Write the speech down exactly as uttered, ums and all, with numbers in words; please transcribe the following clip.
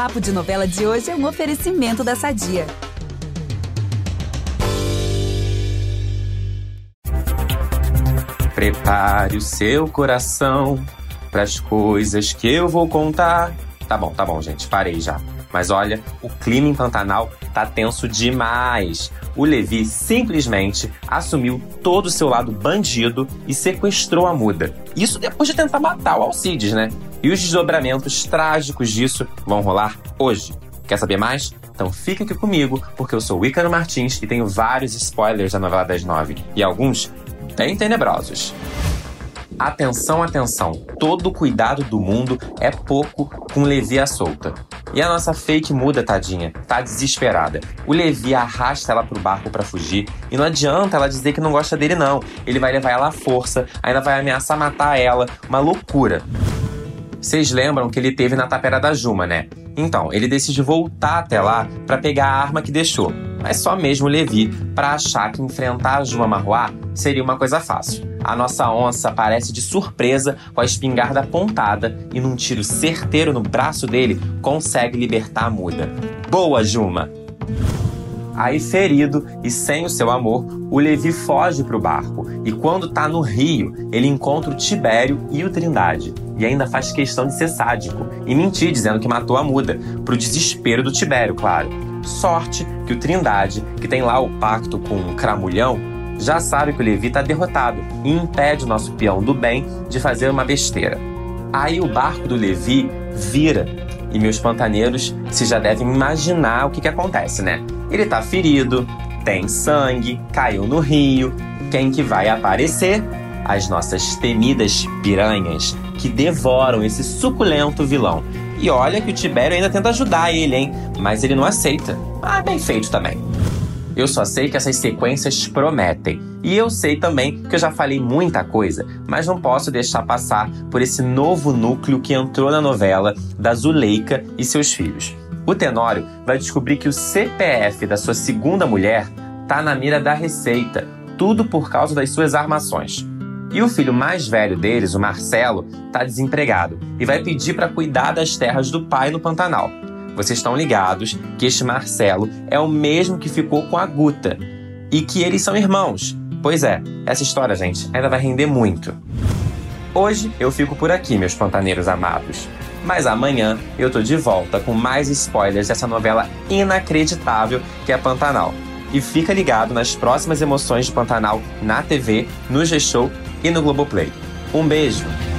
Papo de Novela de hoje é um oferecimento da Sadia. Prepare o seu coração pras coisas que eu vou contar. Tá bom, tá bom, gente, parei já. Mas olha, o clima em Pantanal tá tenso demais. O Levi simplesmente assumiu todo o seu lado bandido e sequestrou a Muda. Isso depois de tentar matar o Alcides, né? E os desdobramentos trágicos disso vão rolar hoje. Quer saber mais? Então fica aqui comigo, porque eu sou o Ícaro Martins e tenho vários spoilers da novela das nove. E alguns bem tenebrosos. Atenção, atenção, todo o cuidado do mundo é pouco com Levi à solta. E a nossa fake Muda, tadinha, tá desesperada. O Levi arrasta ela pro barco pra fugir e não adianta ela dizer que não gosta dele não. Ele vai levar ela à força, ainda vai ameaçar matar ela, uma loucura. Vocês lembram que ele teve na tapera da Juma, né? Então, ele decide voltar até lá pra pegar a arma que deixou. Mas só mesmo o Levi pra achar que enfrentar a Juma Marruá seria uma coisa fácil. A nossa onça aparece de surpresa com a espingarda apontada e num tiro certeiro no braço dele consegue libertar a Muda. Boa, Juma! Aí, ferido e sem o seu amor, o Levi foge pro barco e quando tá no rio, ele encontra o Tibério e o Trindade. E ainda faz questão de ser sádico e mentir dizendo que matou a Muda, pro desespero do Tibério, claro. Sorte que o Trindade, que tem lá o pacto com o Cramulhão, já sabe que o Levi tá derrotado e impede o nosso peão do bem de fazer uma besteira. Aí o barco do Levi vira e meus pantaneiros se já devem imaginar o que que acontece, né? Ele tá ferido, tem sangue, caiu no rio. Quem que vai aparecer? As nossas temidas piranhas que devoram esse suculento vilão. E olha que o Tibério ainda tenta ajudar ele, hein? Mas ele não aceita. Ah, bem feito também. Eu só sei que essas sequências prometem. E eu sei também que eu já falei muita coisa, mas não posso deixar passar por esse novo núcleo que entrou na novela da Zuleika e seus filhos. O Tenório vai descobrir que o C P F da sua segunda mulher tá na mira da Receita, tudo por causa das suas armações. E o filho mais velho deles, o Marcelo, tá desempregado e vai pedir para cuidar das terras do pai no Pantanal. Vocês estão ligados que este Marcelo é o mesmo que ficou com a Guta e que eles são irmãos. Pois é, essa história, gente, ainda vai render muito. Hoje eu fico por aqui, meus pantaneiros amados. Mas amanhã eu tô de volta com mais spoilers dessa novela inacreditável que é Pantanal. E fica ligado nas próximas emoções de Pantanal na T V, no G-Show e no Globoplay. Um beijo!